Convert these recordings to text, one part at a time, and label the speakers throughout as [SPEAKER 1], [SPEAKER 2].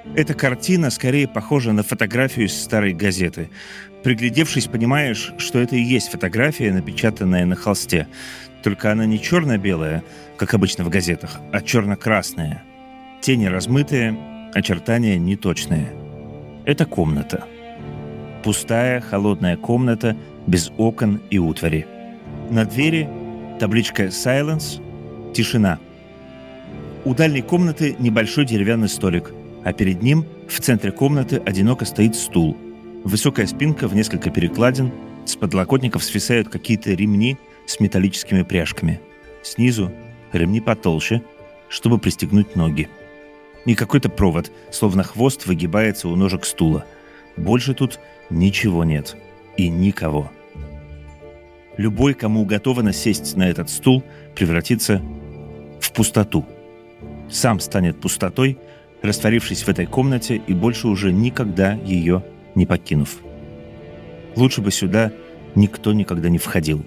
[SPEAKER 1] Эта картина скорее похожа на фотографию из старой газеты. Приглядевшись, понимаешь, что это и есть фотография, напечатанная на холсте. Только она не черно-белая, как обычно в газетах, а черно-красная. Тени размытые, очертания неточные. Это комната. Пустая, холодная комната, без окон и утвари. На двери табличка «Silence» — тишина. У дальней комнаты небольшой деревянный столик, а перед ним в центре комнаты одиноко стоит стул. Высокая спинка в несколько перекладин, с подлокотников свисают какие-то ремни с металлическими пряжками. Снизу ремни потолще, чтобы пристегнуть ноги. И какой-то провод, словно хвост, выгибается у ножек стула. Больше тут ничего нет. И никого. Любой, кому уготовано сесть на этот стул, превратится в пустоту. Сам станет пустотой, растворившись в этой комнате и больше уже никогда ее не покинув. Лучше бы сюда никто никогда не входил.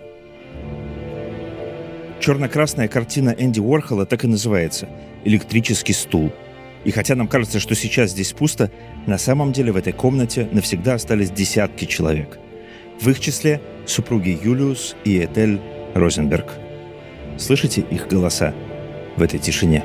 [SPEAKER 1] Черно-красная картина Энди Уорхола так и называется «Электрический стул». И хотя нам кажется, что сейчас здесь пусто, на самом деле в этой комнате навсегда остались десятки человек. В их числе супруги Юлиус и Этель Розенберг. Слышите их голоса в этой тишине?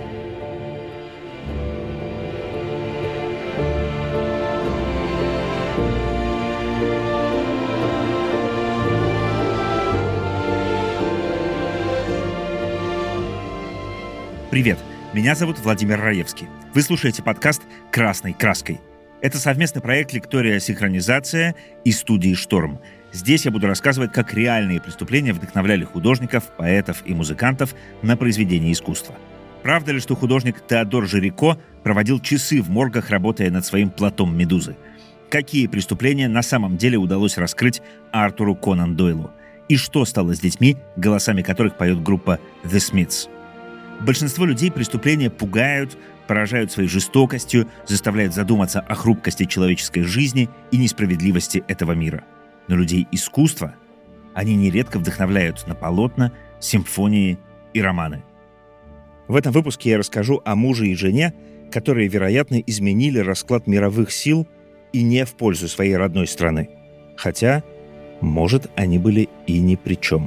[SPEAKER 1] Привет, меня зовут Владимир Раевский. Вы слушаете подкаст «Красной краской». Это совместный проект «Лектория Синхронизация» и студии «Шторм». Здесь я буду рассказывать, как реальные преступления вдохновляли художников, поэтов и музыкантов на произведение искусства. Правда ли, что художник Теодор Жирико проводил часы в моргах, работая над своим плотом «Медузы»? Какие преступления на самом деле удалось раскрыть Артуру Конан Дойлу? И что стало с детьми, голосами которых поет группа The Smiths? Большинство людей преступления пугают, поражают своей жестокостью, заставляют задуматься о хрупкости человеческой жизни и несправедливости этого мира. Но людей искусства, они нередко вдохновляют на полотна, симфонии и романы. В этом выпуске я расскажу о муже и жене, которые, вероятно, изменили расклад мировых сил и не в пользу своей родной страны. Хотя, может, они были и ни при чем.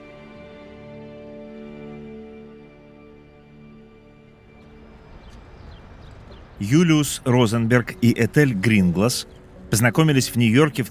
[SPEAKER 1] Юлиус Розенберг и Этель Гринглас познакомились в Нью-Йорке в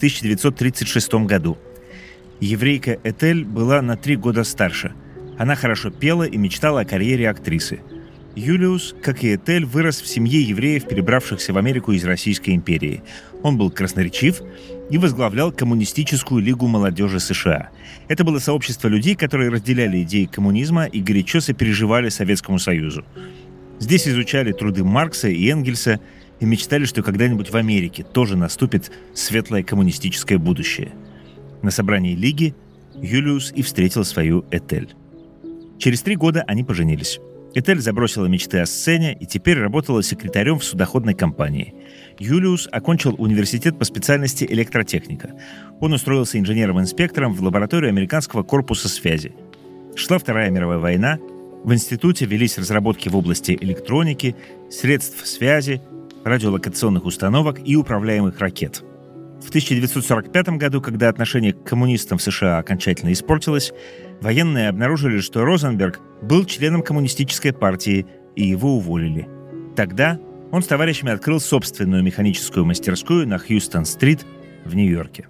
[SPEAKER 1] 1936 году. Еврейка Этель была на 3 года старше. Она хорошо пела и мечтала о карьере актрисы. Юлиус, как и Этель, вырос в семье евреев, перебравшихся в Америку из Российской империи. Он был красноречив и возглавлял Коммунистическую лигу молодежи США. Это было сообщество людей, которые разделяли идеи коммунизма и горячо сопереживали Советскому Союзу. Здесь изучали труды Маркса и Энгельса и мечтали, что когда-нибудь в Америке тоже наступит светлое коммунистическое будущее. На собрании Лиги Юлиус и встретил свою Этель. Через 3 года они поженились. Этель забросила мечты о сцене и теперь работала секретарем в судоходной компании. Юлиус окончил университет по специальности электротехника. Он устроился инженером-инспектором в лабораторию Американского корпуса связи. Шла Вторая мировая война. В институте велись разработки в области электроники, средств связи, радиолокационных установок и управляемых ракет. В 1945 году, когда отношение к коммунистам в США окончательно испортилось, военные обнаружили, что Розенберг был членом коммунистической партии, и его уволили. Тогда он с товарищами открыл собственную механическую мастерскую на Хьюстон-стрит в Нью-Йорке.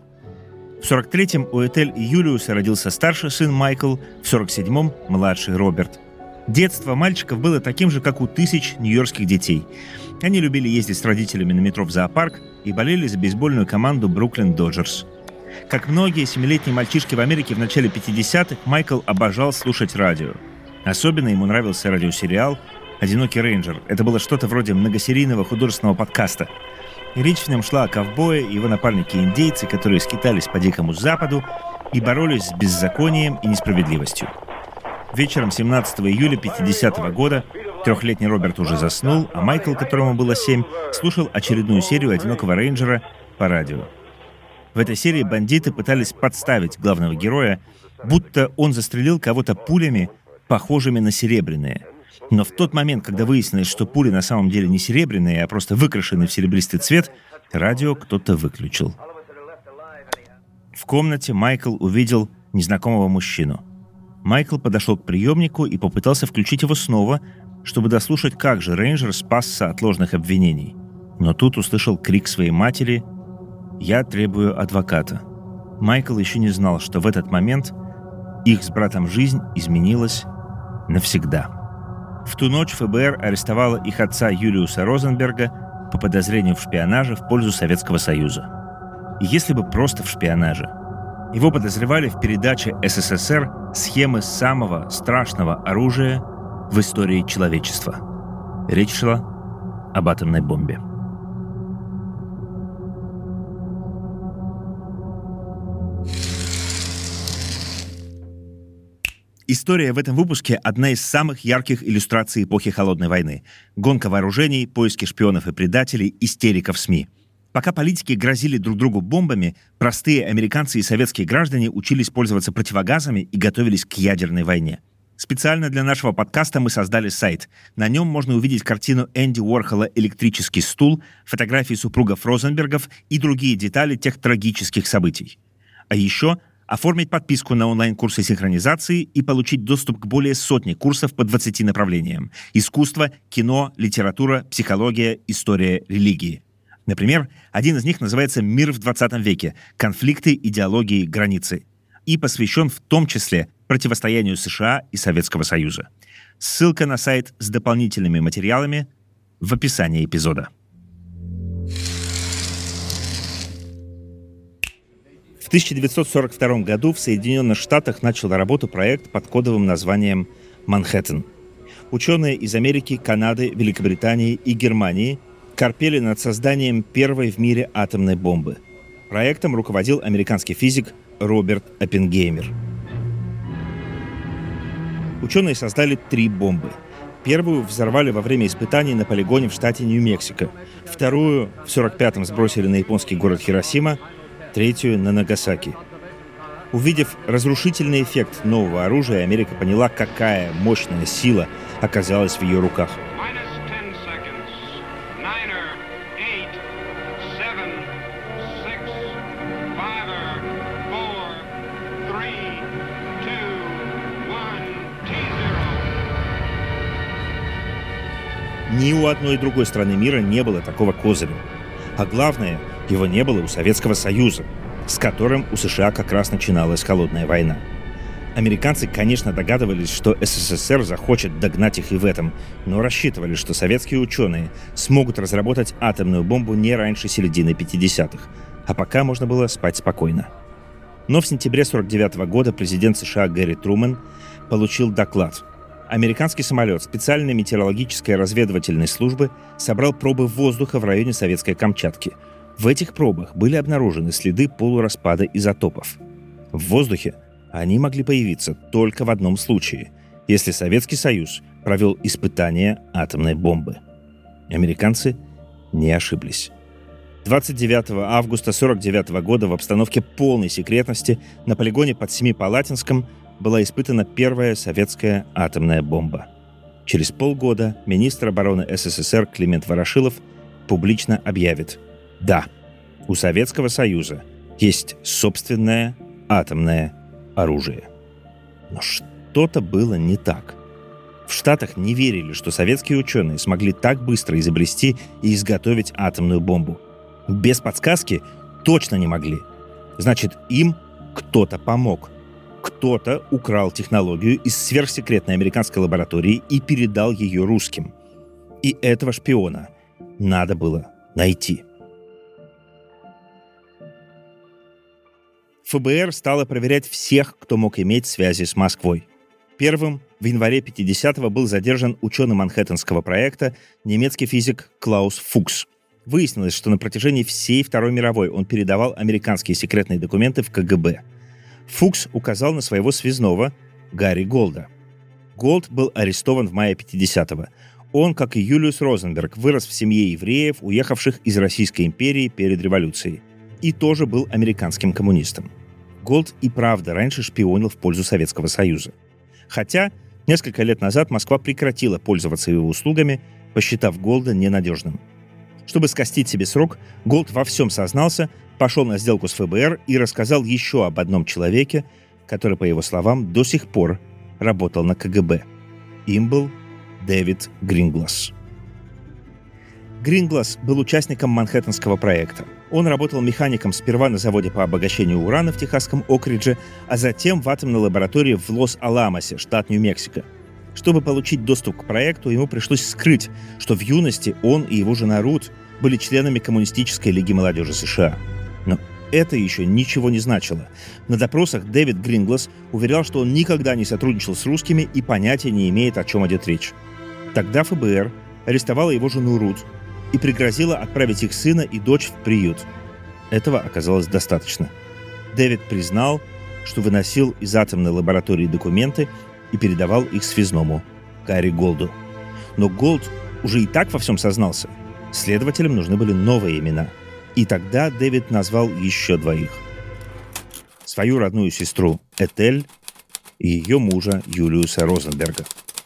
[SPEAKER 1] В 1943-м у Этель и Юлиуса родился старший сын Майкл, в 1947-м – младший Роберт. Детство мальчиков было таким же, как у тысяч нью-йоркских детей. Они любили ездить с родителями на метро в зоопарк и болели за бейсбольную команду Бруклин Доджерс. Как многие 7-летние мальчишки в Америке в начале 50-х, Майкл обожал слушать радио. Особенно ему нравился радиосериал «Одинокий рейнджер». Это было что-то вроде многосерийного художественного подкаста. И речь в нем шла о ковбое и его напарнике-индейцы, которые скитались по Дикому Западу и боролись с беззаконием и несправедливостью. Вечером 17 июля 50-го года 3-летний Роберт уже заснул, а Майкл, которому было 7, слушал очередную серию «Одинокого рейнджера» по радио. В этой серии бандиты пытались подставить главного героя, будто он застрелил кого-то пулями, похожими на серебряные. Но в тот момент, когда выяснилось, что пули на самом деле не серебряные, а просто выкрашены в серебристый цвет, радио кто-то выключил. В комнате Майкл увидел незнакомого мужчину. Майкл подошел к приемнику и попытался включить его снова, чтобы дослушать, как же рейнджер спасся от ложных обвинений. Но тут услышал крик своей матери «Я требую адвоката». Майкл еще не знал, что в этот момент их с братом жизнь изменилась навсегда. В ту ночь ФБР арестовало их отца Юлиуса Розенберга по подозрению в шпионаже в пользу Советского Союза. И если бы просто в шпионаже. Его подозревали в передаче СССР схемы самого страшного оружия в истории человечества. Речь шла об атомной бомбе. История в этом выпуске – одна из самых ярких иллюстраций эпохи Холодной войны. Гонка вооружений, поиски шпионов и предателей, истерика в СМИ. Пока политики грозили друг другу бомбами, простые американцы и советские граждане учились пользоваться противогазами и готовились к ядерной войне. Специально для нашего подкаста мы создали сайт. На нем можно увидеть картину Энди Уорхола «Электрический стул», фотографии супругов Розенбергов и другие детали тех трагических событий. А еще оформить подписку на онлайн-курсы синхронизации и получить доступ к более сотни курсов по 20 направлениям: искусство, кино, литература, психология, история, религии. Например, один из них называется «Мир в 20 веке. Конфликты, идеологии, границы» и посвящен в том числе противостоянию США и Советского Союза. Ссылка на сайт с дополнительными материалами в описании эпизода. В 1942 году в Соединенных Штатах начал работу проект под кодовым названием «Манхэттен». Ученые из Америки, Канады, Великобритании и Германии корпели над созданием первой в мире атомной бомбы. Проектом руководил американский физик Роберт Оппенгеймер. Ученые создали 3 бомбы. Первую взорвали во время испытаний на полигоне в штате Нью-Мексико. Вторую в 1945-м сбросили на японский город Хиросима, третью на Нагасаки. Увидев разрушительный эффект нового оружия, Америка поняла, какая мощная сила оказалась в ее руках. Ни у одной другой страны мира не было такого козыря. А главное, его не было у Советского Союза, с которым у США как раз начиналась Холодная война. Американцы, конечно, догадывались, что СССР захочет догнать их и в этом, но рассчитывали, что советские ученые смогут разработать атомную бомбу не раньше середины 50-х, а пока можно было спать спокойно. Но в сентябре 1949 года президент США Гэри Трумэн получил доклад. Американский самолет специальной метеорологической разведывательной службы собрал пробы воздуха в районе советской Камчатки. В этих пробах были обнаружены следы полураспада изотопов. В воздухе они могли появиться только в одном случае, если Советский Союз провел испытания атомной бомбы. Американцы не ошиблись. 29 августа 1949 года в обстановке полной секретности на полигоне под Семипалатинском была испытана первая советская атомная бомба. Через полгода министр обороны СССР Климент Ворошилов публично объявит: да, у Советского Союза есть собственное атомное оружие. Но что-то было не так. В Штатах не верили, что советские ученые смогли так быстро изобрести и изготовить атомную бомбу. Без подсказки точно не могли. Значит, им кто-то помог. Кто-то украл технологию из сверхсекретной американской лаборатории и передал ее русским. И этого шпиона надо было найти. ФБР стало проверять всех, кто мог иметь связи с Москвой. Первым в январе 50-го был задержан ученый Манхэттенского проекта немецкий физик Клаус Фукс. Выяснилось, что на протяжении всей Второй мировой он передавал американские секретные документы в КГБ. Фукс указал на своего связного Гарри Голда. Голд был арестован в мае 50-го. Он, как и Юлиус Розенберг, вырос в семье евреев, уехавших из Российской империи перед революцией. И тоже был американским коммунистом. Голд и правда раньше шпионил в пользу Советского Союза. Хотя Несколько лет назад Москва прекратила пользоваться его услугами, посчитав Голда ненадежным. Чтобы скостить себе срок, Голд во всем сознался, пошел на сделку с ФБР и рассказал еще об одном человеке, который, по его словам, до сих пор работал на КГБ. Им был Дэвид Гринглас. Гринглас был участником Манхэттенского проекта. Он работал механиком сперва на заводе по обогащению урана в Техасском Окридже, а затем в атомной лаборатории в Лос-Аламосе, штат Нью-Мексико. Чтобы получить доступ к проекту, ему пришлось скрыть, что в юности он и его жена Рут были членами Коммунистической лиги молодежи США. Но это еще ничего не значило. На допросах Дэвид Гринглас уверял, что он никогда не сотрудничал с русскими и понятия не имеет, о чем идет речь. Тогда ФБР арестовала его жену Рут и пригрозила отправить их сына и дочь в приют. Этого оказалось достаточно. Дэвид признал, что выносил из атомной лаборатории документы и передавал их связному, Гарри Голду. Но Голд уже и так во всем сознался. Следователям нужны были новые имена. И тогда Дэвид назвал еще двоих. Свою родную сестру Этель и ее мужа Юлиуса Розенберга.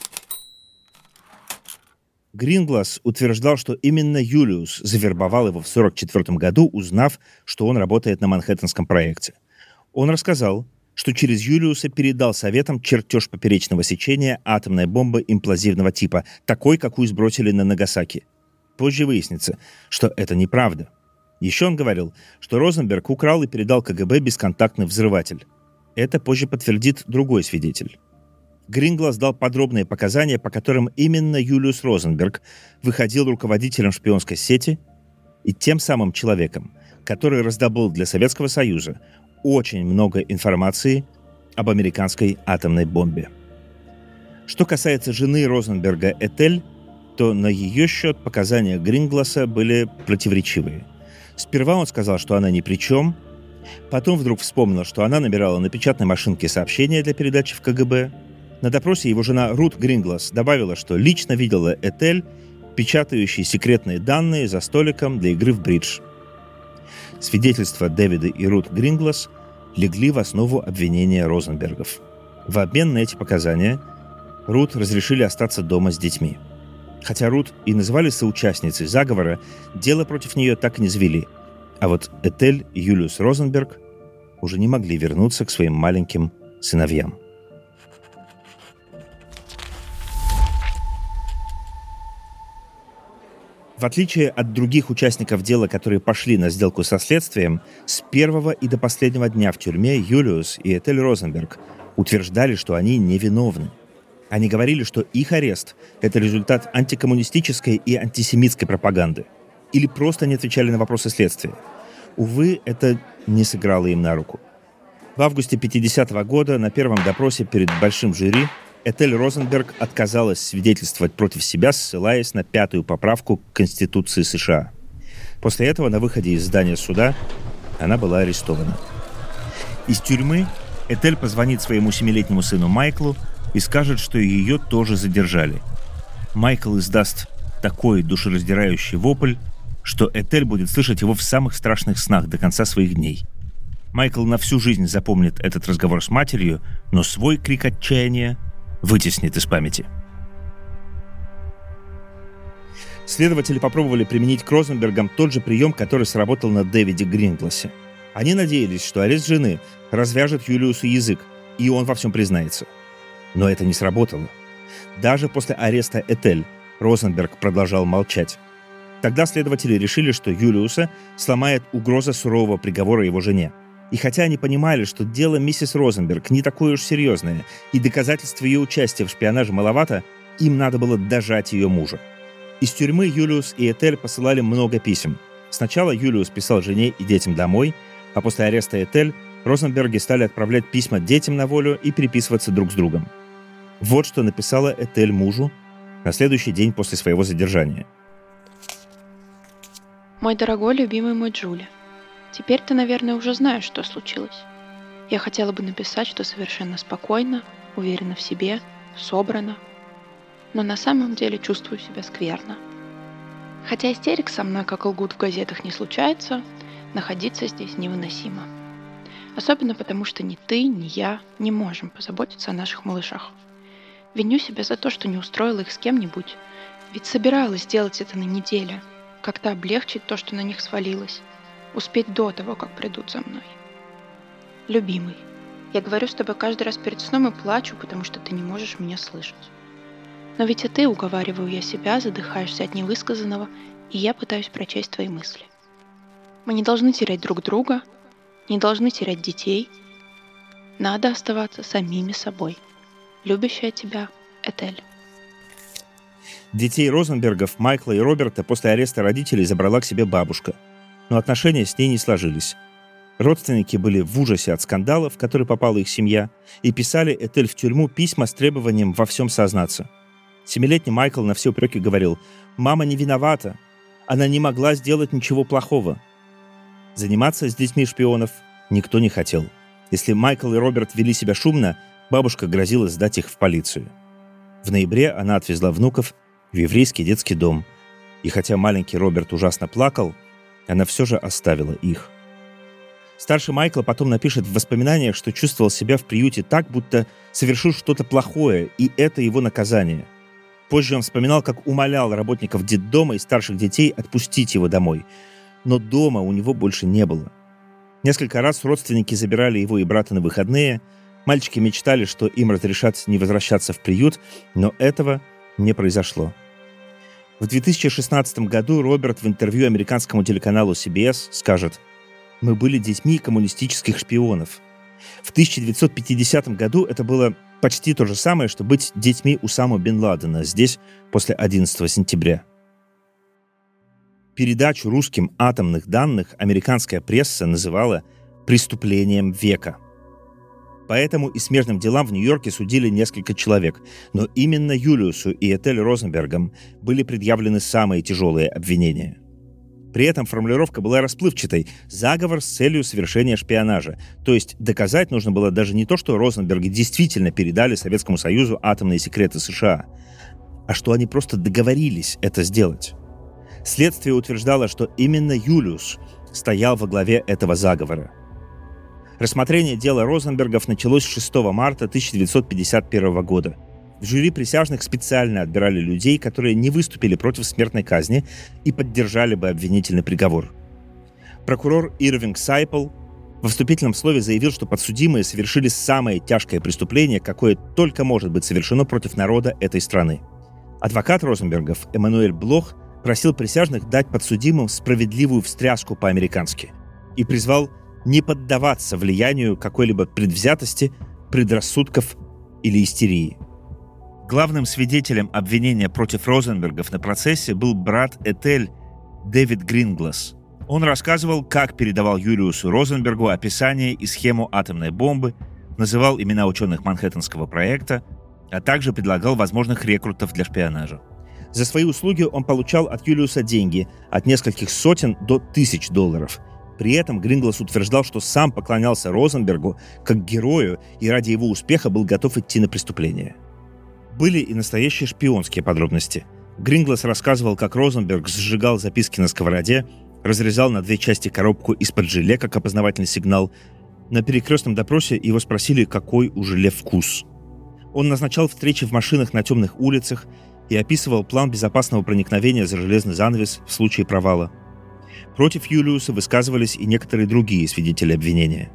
[SPEAKER 1] Гринглас утверждал, что именно Юлиус завербовал его в 1944 году, узнав, что он работает на Манхэттенском проекте. Он рассказал, что через Юлиуса передал советам чертеж поперечного сечения атомной бомбы имплозивного типа, такой, какую сбросили на Нагасаки. Позже выяснится, что это неправда. Еще он говорил, что Розенберг украл и передал КГБ бесконтактный взрыватель. Это позже подтвердит другой свидетель. Гринглас дал подробные показания, по которым именно Юлиус Розенберг выходил руководителем шпионской сети и тем самым человеком, который раздобыл для Советского Союза очень много информации об американской атомной бомбе. Что касается жены Розенберга Этель, то на ее счет показания Грингласа были противоречивые. Сперва он сказал, что она ни при чем, потом вдруг вспомнил, что она набирала на печатной машинке сообщения для передачи в КГБ. На допросе его жена Рут Гринглас добавила, что лично видела Этель, печатающей секретные данные за столиком для игры в бридж. Свидетельства Дэвида и Рут Гринглас легли в основу обвинения Розенбергов. В обмен на эти показания Рут разрешили остаться дома с детьми. Хотя Рут и называли соучастницей заговора, дело против нее так и не завели. А вот Этель и Юлиус Розенберг уже не могли вернуться к своим маленьким сыновьям. В отличие от других участников дела, которые пошли на сделку со следствием, с первого и до последнего дня в тюрьме Юлиус и Этель Розенберг утверждали, что они невиновны. Они говорили, что их арест – это результат антикоммунистической и антисемитской пропаганды. Или просто не отвечали на вопросы следствия. Увы, это не сыграло им на руку. В августе 1950 года на первом допросе перед большим жюри Этель Розенберг отказалась свидетельствовать против себя, ссылаясь на 5-ю поправку к Конституции США. После этого на выходе из здания суда она была арестована. Из тюрьмы Этель позвонит своему 7-летнему сыну Майклу и скажет, что ее тоже задержали. Майкл издаст такой душераздирающий вопль, что Этель будет слышать его в самых страшных снах до конца своих дней. Майкл на всю жизнь запомнит этот разговор с матерью, но свой крик отчаяния вытеснит из памяти. Следователи попробовали применить к Розенбергам тот же прием, который сработал на Дэвиде Грингласе. Они надеялись, что арест жены развяжет Юлиусу язык, и он во всем признается. Но это не сработало. Даже после ареста Этель Розенберг продолжал молчать. Тогда следователи решили, что Юлиуса сломает угроза сурового приговора его жене. И хотя они понимали, что дело миссис Розенберг не такое уж серьезное, и доказательств ее участия в шпионаже маловато, им надо было дожать ее мужа. Из тюрьмы Юлиус и Этель посылали много писем. Сначала Юлиус писал жене и детям домой, а после ареста Этель Розенберги стали отправлять письма детям на волю и переписываться друг с другом. Вот что написала Этель мужу на следующий день после своего задержания.
[SPEAKER 2] «Мой дорогой, любимый мой Джули, теперь ты, наверное, уже знаешь, что случилось. Я хотела бы написать, что совершенно спокойно, уверена в себе, собрана, но на самом деле чувствую себя скверно. Хотя истерик со мной, как лгут в газетах, не случается, находиться здесь невыносимо. Особенно потому, что ни ты, ни я не можем позаботиться о наших малышах. Виню себя за то, что не устроила их с кем-нибудь. Ведь собиралась сделать это на неделе. Как-то облегчить то, что на них свалилось. Успеть до того, как придут за мной. Любимый, я говорю с тобой каждый раз перед сном и плачу, потому что ты не можешь меня слышать. Но ведь и ты, уговариваю я себя, задыхаешься от невысказанного, и я пытаюсь прочесть твои мысли. Мы не должны терять друг друга, не должны терять детей. Надо оставаться самими собой. Любящая тебя, Этель.
[SPEAKER 1] Детей Розенбергов, Майкла и Роберта, после ареста родителей забрала к себе бабушка. Но отношения с ней не сложились. Родственники были в ужасе от скандала, в который попала их семья, и писали Этель в тюрьму письма с требованием во всем сознаться. 7-летний Майкл на все упреки говорил: «Мама не виновата. Она не могла сделать ничего плохого». Заниматься с детьми шпионов никто не хотел. Если Майкл и Роберт вели себя шумно, бабушка грозила сдать их в полицию. В ноябре она отвезла внуков в еврейский детский дом. И хотя маленький Роберт ужасно плакал, она все же оставила их. Старший Майкл потом напишет в воспоминаниях, что чувствовал себя в приюте так, будто совершил что-то плохое, и это его наказание. Позже он вспоминал, как умолял работников детдома и старших детей отпустить его домой. Но дома у него больше не было. Несколько раз родственники забирали его и брата на выходные. Мальчики мечтали, что им разрешат не возвращаться в приют, но этого не произошло. В 2016 году Роберт в интервью американскому телеканалу CBS скажет: «Мы были детьми коммунистических шпионов. В 1950 году это было почти то же самое, что быть детьми Усамы бен Ладена здесь после 11 сентября». Передачу русским атомных данных американская пресса называла «преступлением века». Поэтому и смертным делам в Нью-Йорке судили несколько человек, но именно Юлиусу и Этель Розенбергам были предъявлены самые тяжелые обвинения. При этом формулировка была расплывчатой – заговор с целью совершения шпионажа. То есть доказать нужно было даже не то, что Розенберги действительно передали Советскому Союзу атомные секреты США, а что они просто договорились это сделать. Следствие утверждало, что именно Юлиус стоял во главе этого заговора. Рассмотрение дела Розенбергов началось 6 марта 1951 года. В жюри присяжных специально отбирали людей, которые не выступили против смертной казни и поддержали бы обвинительный приговор. Прокурор Ирвинг Сайпл во вступительном слове заявил, что подсудимые совершили самое тяжкое преступление, какое только может быть совершено против народа этой страны. Адвокат Розенбергов Эммануэль Блох просил присяжных дать подсудимым справедливую встряску по-американски и призвал не поддаваться влиянию какой-либо предвзятости, предрассудков или истерии. Главным свидетелем обвинения против Розенбергов на процессе был брат Этель Дэвид Гринглас. Он рассказывал, как передавал Юлиусу Розенбергу описание и схему атомной бомбы, называл имена ученых Манхэттенского проекта, а также предлагал возможных рекрутов для шпионажа. За свои услуги он получал от Юлиуса деньги от нескольких сотен до $1000. При этом Гринглас утверждал, что сам поклонялся Розенбергу как герою и ради его успеха был готов идти на преступление. Были и настоящие шпионские подробности. Гринглас рассказывал, как Розенберг сжигал записки на сковороде, разрезал на 2 части коробку из-под желе как опознавательный сигнал. На перекрестном допросе его спросили, какой у желе вкус. Он назначал встречи в машинах на темных улицах и описывал план безопасного проникновения за железный занавес в случае провала. Против Юлиуса высказывались и некоторые другие свидетели обвинения.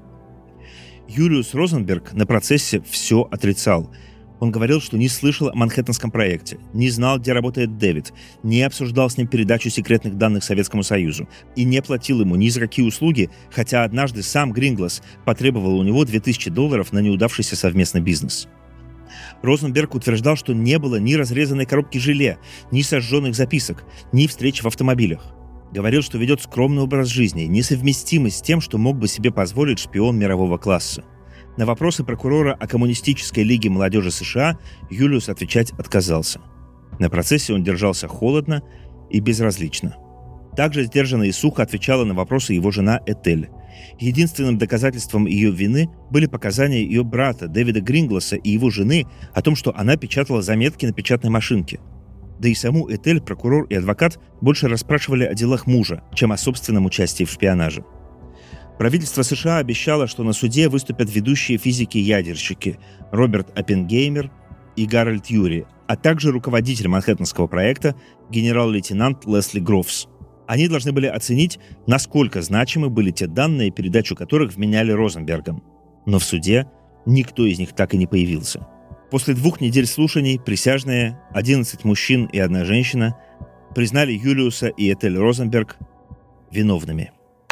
[SPEAKER 1] Юлиус Розенберг на процессе все отрицал. Он говорил, что не слышал о Манхэттенском проекте, не знал, где работает Дэвид, не обсуждал с ним передачу секретных данных Советскому Союзу и не платил ему ни за какие услуги, хотя однажды сам Гринглас потребовал у него $2000 на неудавшийся совместный бизнес. Розенберг утверждал, что не было ни разрезанной коробки желе, ни сожженных записок, ни встреч в автомобилях. Говорил, что ведет скромный образ жизни, несовместимый с тем, что мог бы себе позволить шпион мирового класса. На вопросы прокурора о Коммунистической лиге молодежи США Юлиус отвечать отказался. На процессе он держался холодно и безразлично. Также сдержанно и сухо отвечала на вопросы его жена Этель. Единственным доказательством ее вины были показания ее брата Дэвида Грингласа и его жены о том, что она печатала заметки на печатной машинке. Да и саму Этель прокурор и адвокат больше расспрашивали о делах мужа, чем о собственном участии в шпионаже. Правительство США обещало, что на суде выступят ведущие физики-ядерщики Роберт Оппенгеймер и Гарольд Юри, а также руководитель Манхэттенского проекта генерал-лейтенант Лесли Грофс. Они должны были оценить, насколько значимы были те данные, передачу которых вменяли Розенбергам. Но в суде никто из них так и не появился. После 2 недель слушаний присяжные, 11 мужчин и 1 женщина, признали Юлиуса и Этель Розенберг виновными.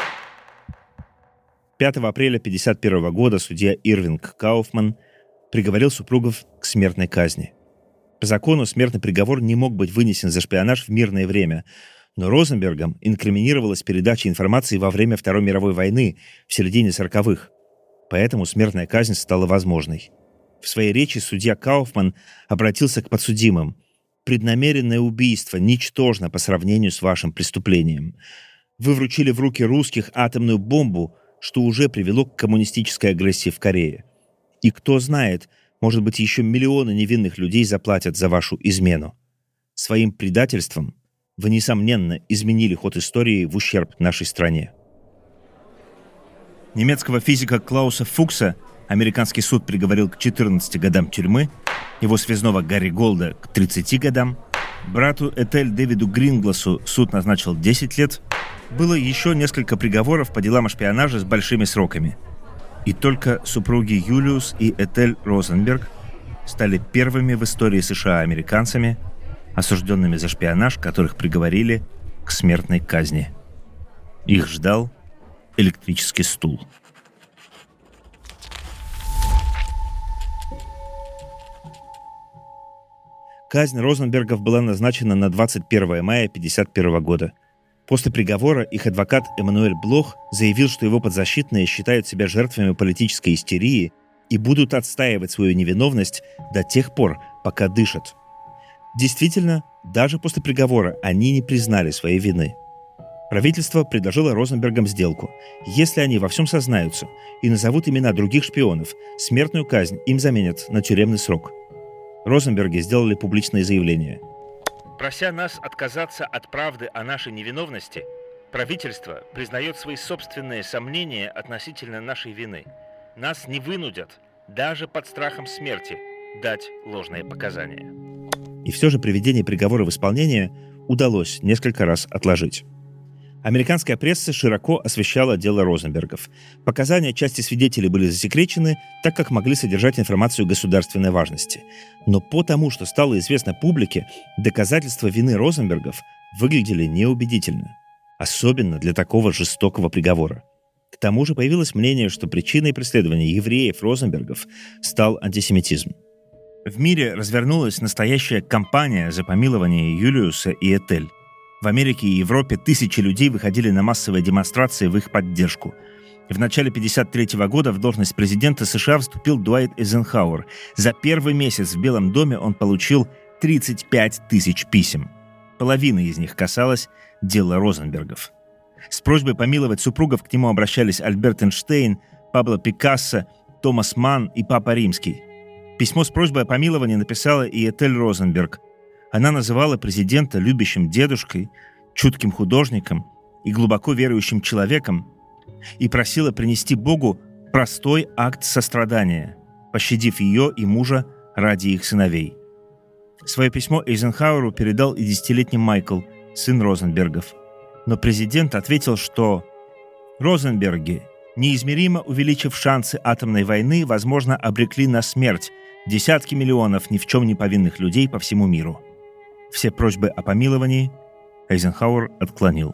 [SPEAKER 1] 5 апреля 1951 года судья Ирвинг Кауфман приговорил супругов к смертной казни. По закону смертный приговор не мог быть вынесен за шпионаж в мирное время, но Розенбергам инкриминировалась передача информации во время Второй мировой войны в середине 40-х, поэтому смертная казнь стала возможной. В своей речи судья Кауфман обратился к подсудимым. «Преднамеренное убийство ничтожно по сравнению с вашим преступлением. Вы вручили в руки русских атомную бомбу, что уже привело к коммунистической агрессии в Корее. И кто знает, может быть, еще миллионы невинных людей заплатят за вашу измену. Своим предательством вы, несомненно, изменили ход истории в ущерб нашей стране». Немецкого физика Клауса Фукса американский суд приговорил к 14 годам тюрьмы, его связного Гарри Голда к 30 годам, брату Этель Дэвиду Грингласу суд назначил 10 лет, было еще несколько приговоров по делам о шпионаже с большими сроками. И только супруги Юлиус и Этель Розенберг стали первыми в истории США американцами, осужденными за шпионаж, которых приговорили к смертной казни. Их ждал электрический стул. Казнь Розенбергов была назначена на 21 мая 1951 года. После приговора их адвокат Эммануэль Блох заявил, что его подзащитные считают себя жертвами политической истерии и будут отстаивать свою невиновность до тех пор, пока дышат. Действительно, даже после приговора они не признали своей вины. Правительство предложило Розенбергам сделку. Если они во всем сознаются и назовут имена других шпионов, смертную казнь им заменят на тюремный срок. Розенберги сделали публичное заявление.
[SPEAKER 3] Прося нас отказаться от правды о нашей невиновности, правительство признает свои собственные сомнения относительно нашей вины. Нас не вынудят, даже под страхом смерти, дать ложные показания.
[SPEAKER 1] И все же приведение приговора в исполнение удалось несколько раз отложить. Американская пресса широко освещала дело Розенбергов. Показания части свидетелей были засекречены, так как могли содержать информацию государственной важности. Но по тому, что стало известно публике, доказательства вины Розенбергов выглядели неубедительно. Особенно для такого жестокого приговора. К тому же появилось мнение, что причиной преследования евреев Розенбергов стал антисемитизм. В мире развернулась настоящая кампания за помилование Юлиуса и Этель. В Америке и Европе тысячи людей выходили на массовые демонстрации в их поддержку. В начале 1953 года в должность президента США вступил Дуайт Эйзенхауэр. За первый месяц в Белом доме он получил 35 тысяч писем. Половина из них касалась дела Розенбергов. С просьбой помиловать супругов к нему обращались Альберт Эйнштейн, Пабло Пикассо, Томас Манн и Папа Римский. Письмо с просьбой о помиловании написала и Этель Розенберг. Она называла президента любящим дедушкой, чутким художником и глубоко верующим человеком и просила принести Богу простой акт сострадания, пощадив ее и мужа ради их сыновей. Свое письмо Эйзенхауэру передал и 10-летний Майкл, сын Розенбергов. Но президент ответил, что «Розенберги, неизмеримо увеличив шансы атомной войны, возможно, обрекли на смерть десятки миллионов ни в чем не повинных людей по всему миру». Все просьбы о помиловании Эйзенхауэр отклонил.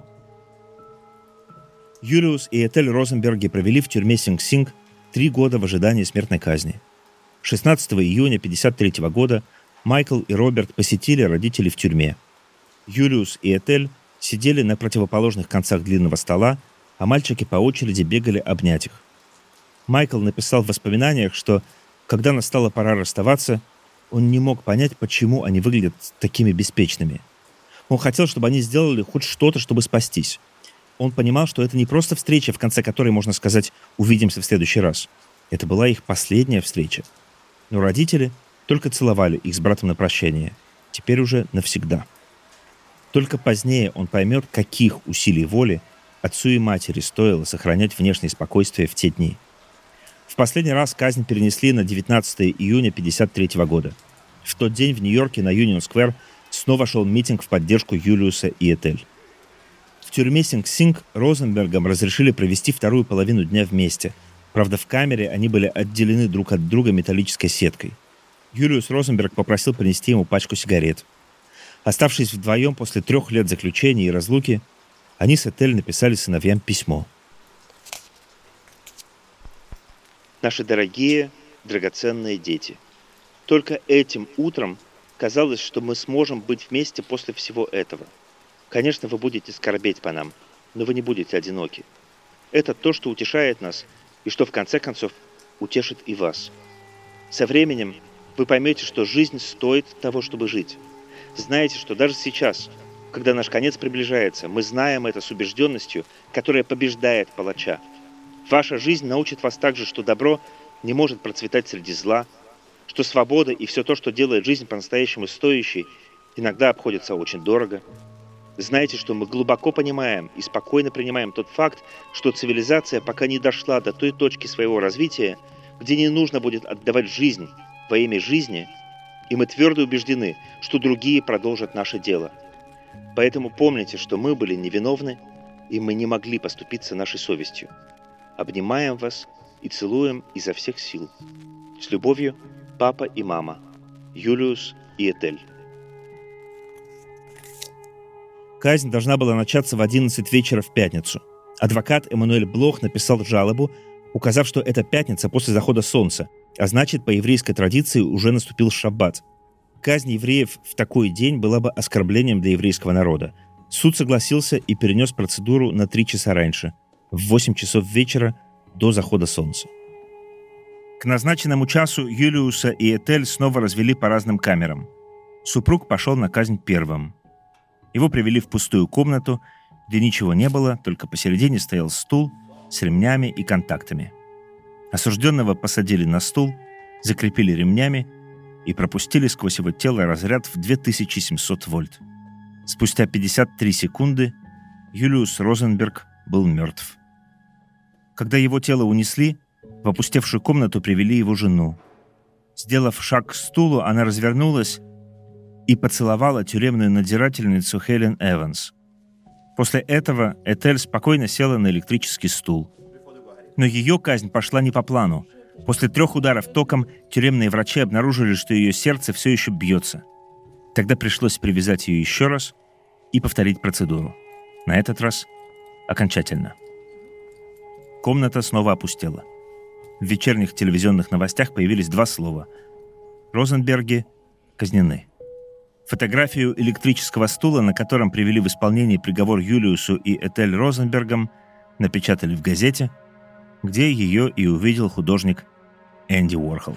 [SPEAKER 1] Юлиус и Этель Розенберги провели в тюрьме Синг-Синг 3 года в ожидании смертной казни. 16 июня 1953 года Майкл и Роберт посетили родителей в тюрьме. Юлиус и Этель сидели на противоположных концах длинного стола, а мальчики по очереди бегали обнять их. Майкл написал в воспоминаниях, что, когда настала пора расставаться, он не мог понять, почему они выглядят такими беспечными. Он хотел, чтобы они сделали хоть что-то, чтобы спастись. Он понимал, что это не просто встреча, в конце которой можно сказать «увидимся в следующий раз». Это была их последняя встреча. Но родители только целовали их с братом на прощание. Теперь уже навсегда. Только позднее он поймет, каких усилий воли отцу и матери стоило сохранять внешнее спокойствие в те дни. В последний раз казнь перенесли на 19 июня 1953 года. В тот день в Нью-Йорке на Юнион-сквер снова шел митинг в поддержку Юлиуса и Этель. В тюрьме Синг-Синг Розенбергам разрешили провести вторую половину дня вместе. Правда, в камере они были отделены друг от друга металлической сеткой. Юлиус Розенберг попросил принести ему пачку сигарет. Оставшись вдвоем после 3 лет заключения и разлуки, они с Этель написали сыновьям письмо.
[SPEAKER 4] Наши дорогие, драгоценные дети, только этим утром казалось, что мы сможем быть вместе после всего этого. Конечно, вы будете скорбеть по нам, но вы не будете одиноки. Это то, что утешает нас, и что в конце концов утешит и вас. Со временем вы поймете, что жизнь стоит того, чтобы жить. Знаете, что даже сейчас, когда наш конец приближается, мы знаем это с убежденностью, которая побеждает палача. Ваша жизнь научит вас также, что добро не может процветать среди зла, что свобода и все то, что делает жизнь по-настоящему стоящей, иногда обходится очень дорого. Знаете, что мы глубоко понимаем и спокойно принимаем тот факт, что цивилизация пока не дошла до той точки своего развития, где не нужно будет отдавать жизнь во имя жизни, и мы твердо убеждены, что другие продолжат наше дело. Поэтому помните, что мы были невиновны, и мы не могли поступиться нашей совестью. Обнимаем вас и целуем изо всех сил. С любовью, папа и мама, Юлиус и Этель.
[SPEAKER 1] Казнь должна была начаться в 11 вечера в пятницу. Адвокат Эммануэль Блох написал жалобу, указав, что это пятница после захода солнца, а значит, по еврейской традиции уже наступил шаббат. Казнь евреев в такой день была бы оскорблением для еврейского народа. Суд согласился и перенес процедуру на 3 часа раньше, в 8 часов вечера до захода солнца. К назначенному часу Юлиуса и Этель снова развели по разным камерам. Супруг пошел на казнь первым. Его привели в пустую комнату, где ничего не было, только посередине стоял стул с ремнями и контактами. Осужденного посадили на стул, закрепили ремнями и пропустили сквозь его тело разряд в 2700 вольт. Спустя 53 секунды Юлиус Розенберг был мертв. Когда его тело унесли, в опустевшую комнату привели его жену. Сделав шаг к стулу, она развернулась и поцеловала тюремную надзирательницу Хелен Эванс. После этого Этель спокойно села на электрический стул. Но ее казнь пошла не по плану. После 3 ударов током тюремные врачи обнаружили, что ее сердце все еще бьется. Тогда пришлось привязать ее еще раз и повторить процедуру. На этот раз окончательно. Комната снова опустела. В вечерних телевизионных новостях появились 2 слова: «Розенберги казнены». Фотографию электрического стула, на котором привели в исполнение приговор Юлиусу и Этель Розенбергам, напечатали в газете, где ее и увидел художник Энди Уорхол.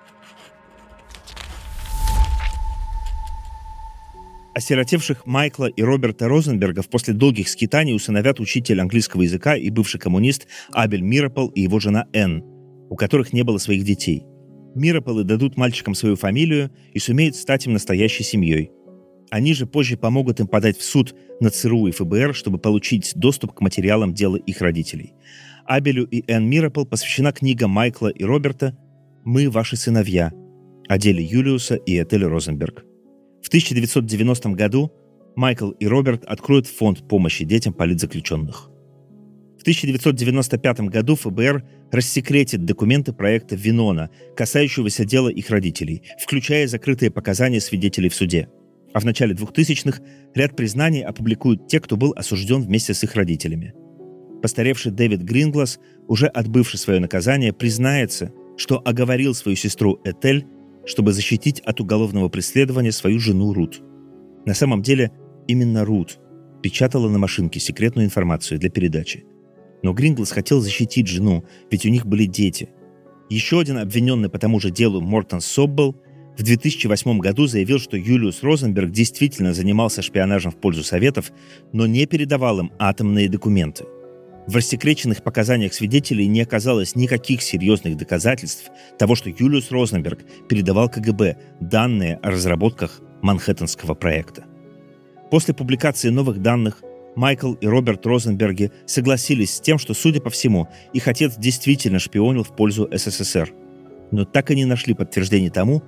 [SPEAKER 1] Осиротевших Майкла и Роберта Розенбергов после долгих скитаний усыновят учитель английского языка и бывший коммунист Абель Мирапл и его жена Энн, у которых не было своих детей. Мираполы дадут мальчикам свою фамилию и сумеют стать им настоящей семьей. Они же позже помогут им подать в суд на ЦРУ и ФБР, чтобы получить доступ к материалам дела их родителей. Абелю и Энн Мирапл посвящена книга Майкла и Роберта «Мы ваши сыновья» о деле Юлиуса и Этель Розенберг. В 1990 году Майкл и Роберт откроют фонд помощи детям политзаключенных. В 1995 году ФБР рассекретит документы проекта Винона, касающегося дела их родителей, включая закрытые показания свидетелей в суде. А в начале 2000-х ряд признаний опубликуют те, кто был осужден вместе с их родителями. Постаревший Дэвид Гринглас, уже отбывший свое наказание, признается, что оговорил свою сестру Этель, чтобы защитить от уголовного преследования свою жену Рут. На самом деле, именно Рут печатала на машинке секретную информацию для передачи. Но Гринглас хотел защитить жену, ведь у них были дети. Еще один обвиненный по тому же делу Мортон Соббелл в 2008 году заявил, что Юлиус Розенберг действительно занимался шпионажем в пользу Советов, но не передавал им атомные документы. В рассекреченных показаниях свидетелей не оказалось никаких серьезных доказательств того, что Юлиус Розенберг передавал КГБ данные о разработках Манхэттенского проекта. После публикации новых данных Майкл и Роберт Розенберги согласились с тем, что, судя по всему, их отец действительно шпионил в пользу СССР. Но так и не нашли подтверждений тому,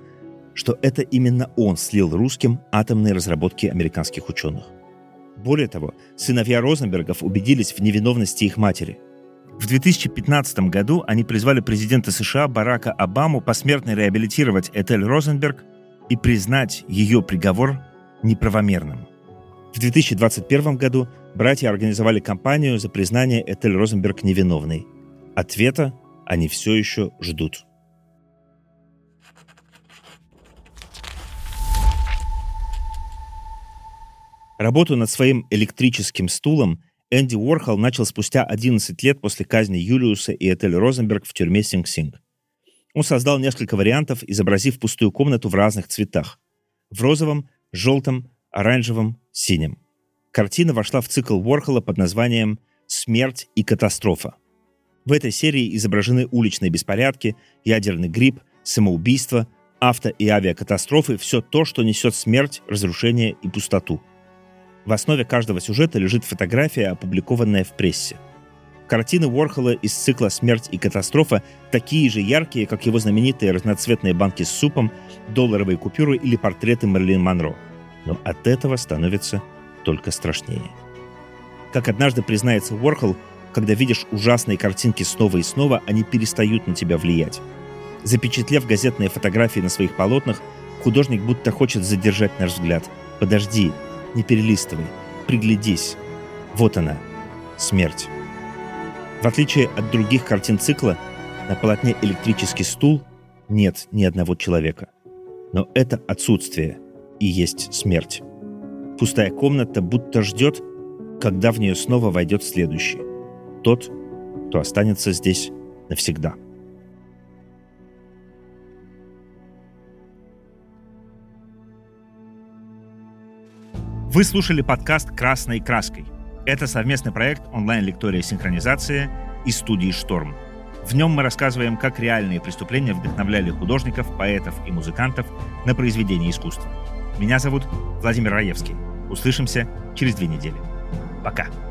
[SPEAKER 1] что это именно он слил русским атомные разработки американских ученых. Более того, сыновья Розенбергов убедились в невиновности их матери. В 2015 году они призвали президента США Барака Обаму посмертно реабилитировать Этель Розенберг и признать ее приговор неправомерным. В 2021 году братья организовали кампанию за признание Этель Розенберг невиновной. Ответа они все еще ждут. Работу над своим электрическим стулом Энди Уорхол начал спустя 11 лет после казни Юлиуса и Этель Розенберг в тюрьме Синг-Синг. Он создал несколько вариантов, изобразив пустую комнату в разных цветах – в розовом, желтом, оранжевом, синем. Картина вошла в цикл Уорхола под названием «Смерть и катастрофа». В этой серии изображены уличные беспорядки, ядерный грипп, самоубийство, авто- и авиакатастрофы – все то, что несет смерть, разрушение и пустоту. В основе каждого сюжета лежит фотография, опубликованная в прессе. Картины Уорхола из цикла «Смерть и катастрофа» такие же яркие, как его знаменитые разноцветные банки с супом, долларовые купюры или портреты Мэрилин Монро. Но от этого становится только страшнее. Как однажды признается Уорхол, когда видишь ужасные картинки снова и снова, они перестают на тебя влиять. Запечатлев газетные фотографии на своих полотнах, художник будто хочет задержать наш взгляд. Подожди, не перелистывай, приглядись. Вот она, смерть. В отличие от других картин цикла, на полотне «Электрический стул» нет ни одного человека. Но это отсутствие и есть смерть. Пустая комната будто ждет, когда в нее снова войдет следующий. Тот, кто останется здесь навсегда. Вы слушали подкаст «Красной краской». Это совместный проект онлайн-лектория «Синхронизация» и студии «Шторм». В нем мы рассказываем, как реальные преступления вдохновляли художников, поэтов и музыкантов на произведения искусства. Меня зовут Владимир Раевский. Услышимся через 2 недели. Пока.